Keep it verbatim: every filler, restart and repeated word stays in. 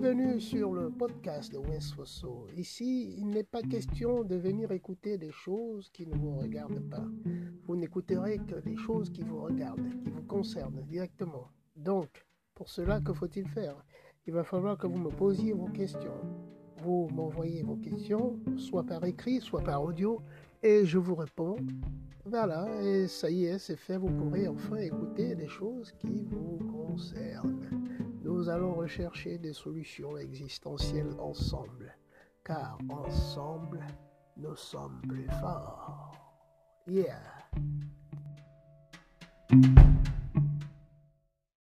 Bienvenue sur le podcast de Wins Fosso. Ici, il n'est pas question de venir écouter des choses qui ne vous regardent pas. Vous n'écouterez que des choses qui vous regardent, qui vous concernent directement. Donc, pour cela, que faut-il faire? Il va falloir que vous me posiez vos questions. Vous m'envoyez vos questions, soit par écrit, soit par audio, et je vous réponds. Voilà, et ça y est, c'est fait. Vous pourrez enfin écouter des choses qui vous concernent. Nous allons rechercher des solutions existentielles ensemble, car ensemble, nous sommes plus forts. Yeah!